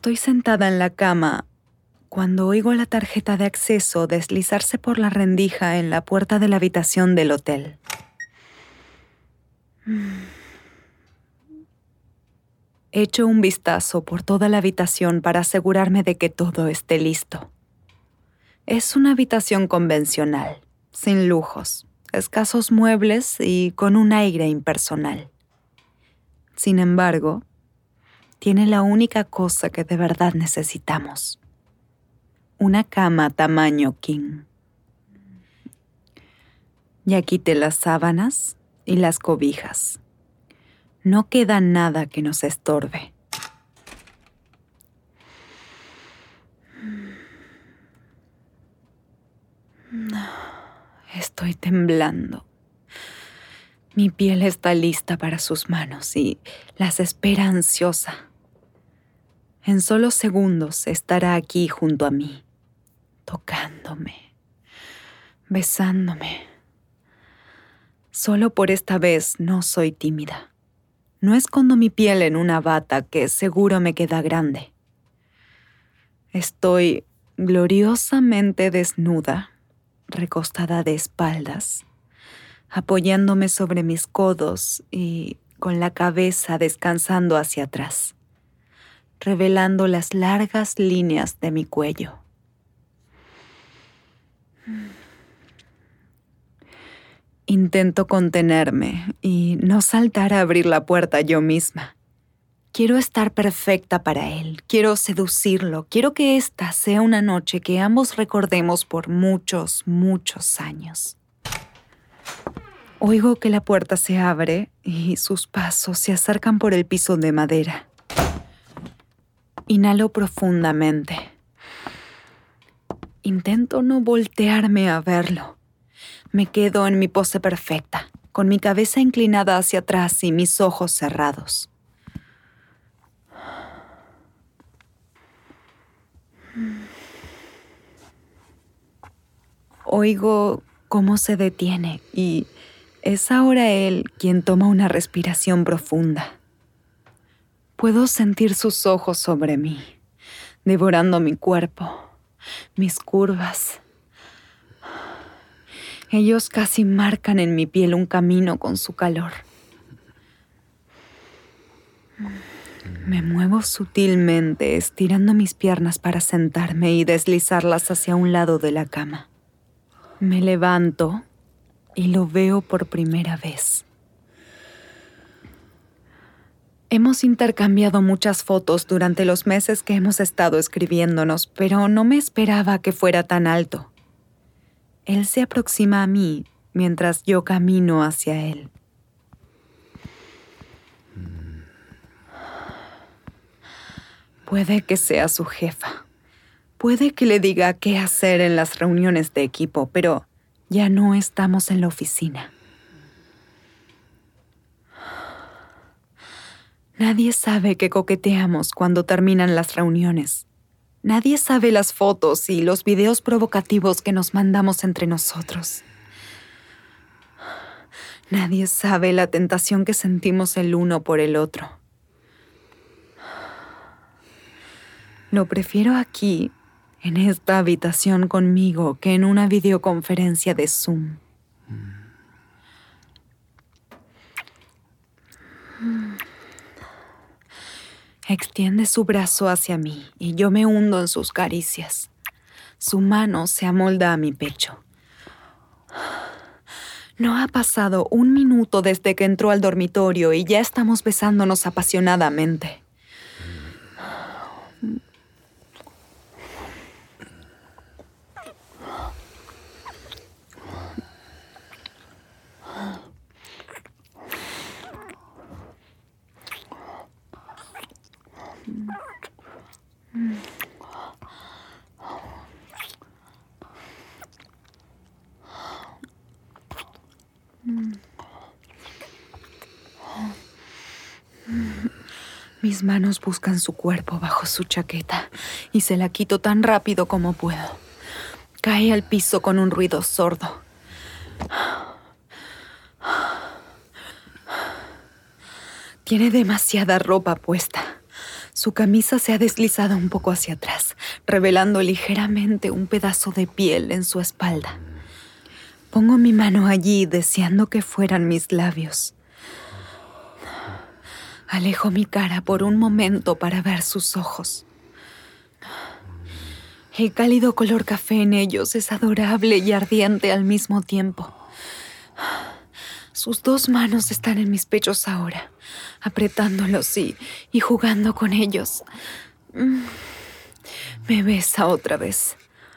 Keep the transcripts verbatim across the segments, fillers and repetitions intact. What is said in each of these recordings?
Estoy sentada en la cama cuando oigo la tarjeta de acceso deslizarse por la rendija en la puerta de la habitación del hotel. Echo un vistazo por toda la habitación para asegurarme de que todo esté listo. Es una habitación convencional, sin lujos, escasos muebles y con un aire impersonal. Sin embargo, tiene la única cosa que de verdad necesitamos: una cama tamaño king. Ya quité las sábanas y las cobijas. No queda nada que nos estorbe. Estoy temblando. Mi piel está lista para sus manos y las espera ansiosa. En solo segundos estará aquí junto a mí, tocándome, besándome. Solo por esta vez no soy tímida. No escondo mi piel en una bata que seguro me queda grande. Estoy gloriosamente desnuda, recostada de espaldas, apoyándome sobre mis codos y con la cabeza descansando hacia atrás, revelando las largas líneas de mi cuello. Intento contenerme y no saltar a abrir la puerta yo misma. Quiero estar perfecta para él, quiero seducirlo, quiero que esta sea una noche que ambos recordemos por muchos, muchos años. Oigo que la puerta se abre y sus pasos se acercan por el piso de madera. Inhalo profundamente. Intento no voltearme a verlo. Me quedo en mi pose perfecta, con mi cabeza inclinada hacia atrás y mis ojos cerrados. Oigo cómo se detiene y es ahora él quien toma una respiración profunda. Puedo sentir sus ojos sobre mí, devorando mi cuerpo, mis curvas. Ellos casi marcan en mi piel un camino con su calor. Me muevo sutilmente, estirando mis piernas para sentarme y deslizarlas hacia un lado de la cama. Me levanto y lo veo por primera vez. Hemos intercambiado muchas fotos durante los meses que hemos estado escribiéndonos, pero no me esperaba que fuera tan alto. Él se aproxima a mí mientras yo camino hacia él. Puede que sea su jefa. Puede que le diga qué hacer en las reuniones de equipo, pero ya no estamos en la oficina. Nadie sabe que coqueteamos cuando terminan las reuniones. Nadie sabe las fotos y los videos provocativos que nos mandamos entre nosotros. Nadie sabe la tentación que sentimos el uno por el otro. Lo prefiero aquí, en esta habitación conmigo, que en una videoconferencia de Zoom. Extiende su brazo hacia mí y yo me hundo en sus caricias. Su mano se amolda a mi pecho. No ha pasado un minuto desde que entró al dormitorio y ya estamos besándonos apasionadamente. Mis manos buscan su cuerpo bajo su chaqueta y se la quito tan rápido como puedo. Cae al piso con un ruido sordo. Tiene demasiada ropa puesta. Su camisa se ha deslizado un poco hacia atrás, revelando ligeramente un pedazo de piel en su espalda. Pongo mi mano allí, deseando que fueran mis labios. Alejo mi cara por un momento para ver sus ojos. El cálido color café en ellos es adorable y ardiente al mismo tiempo. Sus dos manos están en mis pechos ahora, apretándolos y, y jugando con ellos. Me besa otra vez.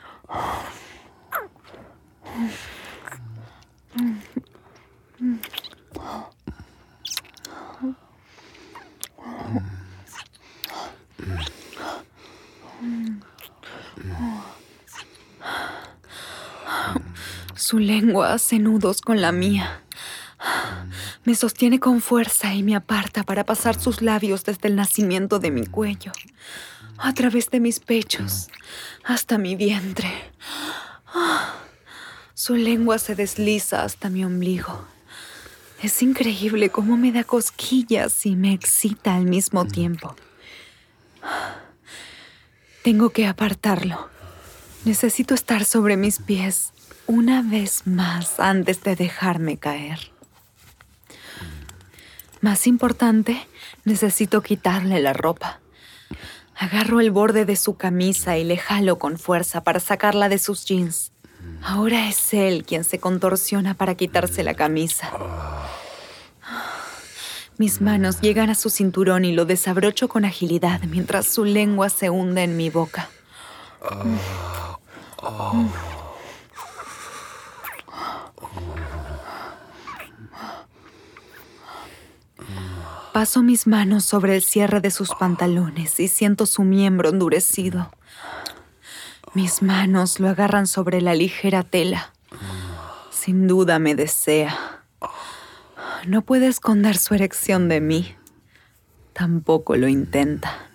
Su lengua hace nudos con la mía. Me sostiene con fuerza y me aparta para pasar sus labios desde el nacimiento de mi cuello, a través de mis pechos, hasta mi vientre. Su lengua se desliza hasta mi ombligo. Es increíble cómo me da cosquillas y me excita al mismo tiempo. Tengo que apartarlo. Necesito estar sobre mis pies una vez más antes de dejarme caer. Más importante, necesito quitarle la ropa. Agarro el borde de su camisa y le jalo con fuerza para sacarla de sus jeans. Ahora es él quien se contorsiona para quitarse la camisa. Mis manos llegan a su cinturón y lo desabrocho con agilidad mientras su lengua se hunde en mi boca. Paso mis manos sobre el cierre de sus pantalones y siento su miembro endurecido. Mis manos lo agarran sobre la ligera tela. Sin duda me desea. No puede esconder su erección de mí. Tampoco lo intenta.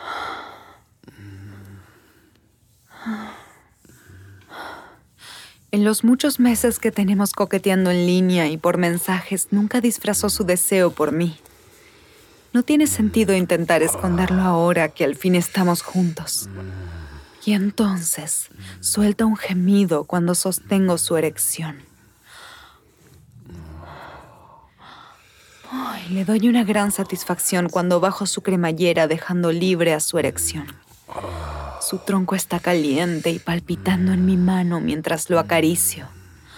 En los muchos meses que tenemos coqueteando en línea y por mensajes, nunca disfrazó su deseo por mí. No tiene sentido intentar esconderlo ahora que al fin estamos juntos. Y entonces suelta un gemido cuando sostengo su erección. Ay, le doy una gran satisfacción cuando bajo su cremallera dejando libre a su erección. Su tronco está caliente y palpitando en mi mano mientras lo acaricio.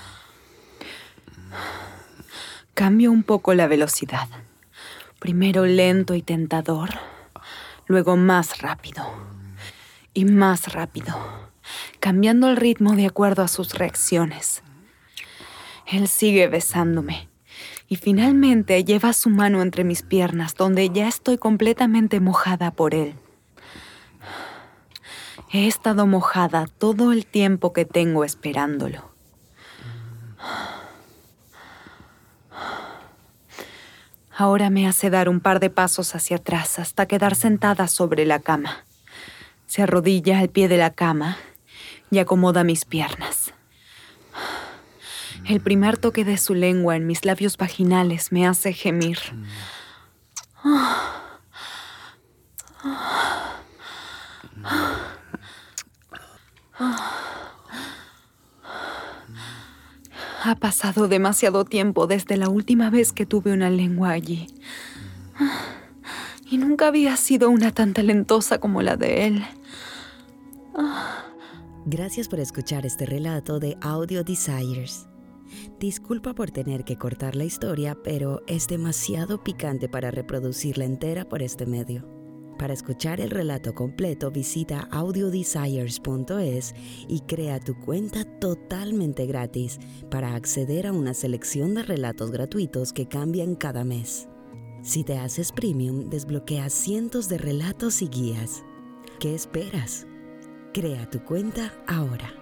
Cambio un poco la velocidad. Primero lento y tentador, luego más rápido y más rápido, cambiando el ritmo de acuerdo a sus reacciones. Él sigue besándome y finalmente lleva su mano entre mis piernas, donde ya estoy completamente mojada por él. He estado mojada todo el tiempo que tengo esperándolo. Ahora me hace dar un par de pasos hacia atrás hasta quedar sentada sobre la cama. Se arrodilla al pie de la cama y acomoda mis piernas. El primer toque de su lengua en mis labios vaginales me hace gemir. Ha pasado demasiado tiempo desde la última vez que tuve una lengua allí. Y nunca había sido una tan talentosa como la de él. Gracias por escuchar este relato de Audio Desires. Disculpa por tener que cortar la historia, pero es demasiado picante para reproducirla entera por este medio. Para escuchar el relato completo, visita audio desires punto es y crea tu cuenta totalmente gratis para acceder a una selección de relatos gratuitos que cambian cada mes. Si te haces premium, desbloqueas cientos de relatos y guías. ¿Qué esperas? Crea tu cuenta ahora.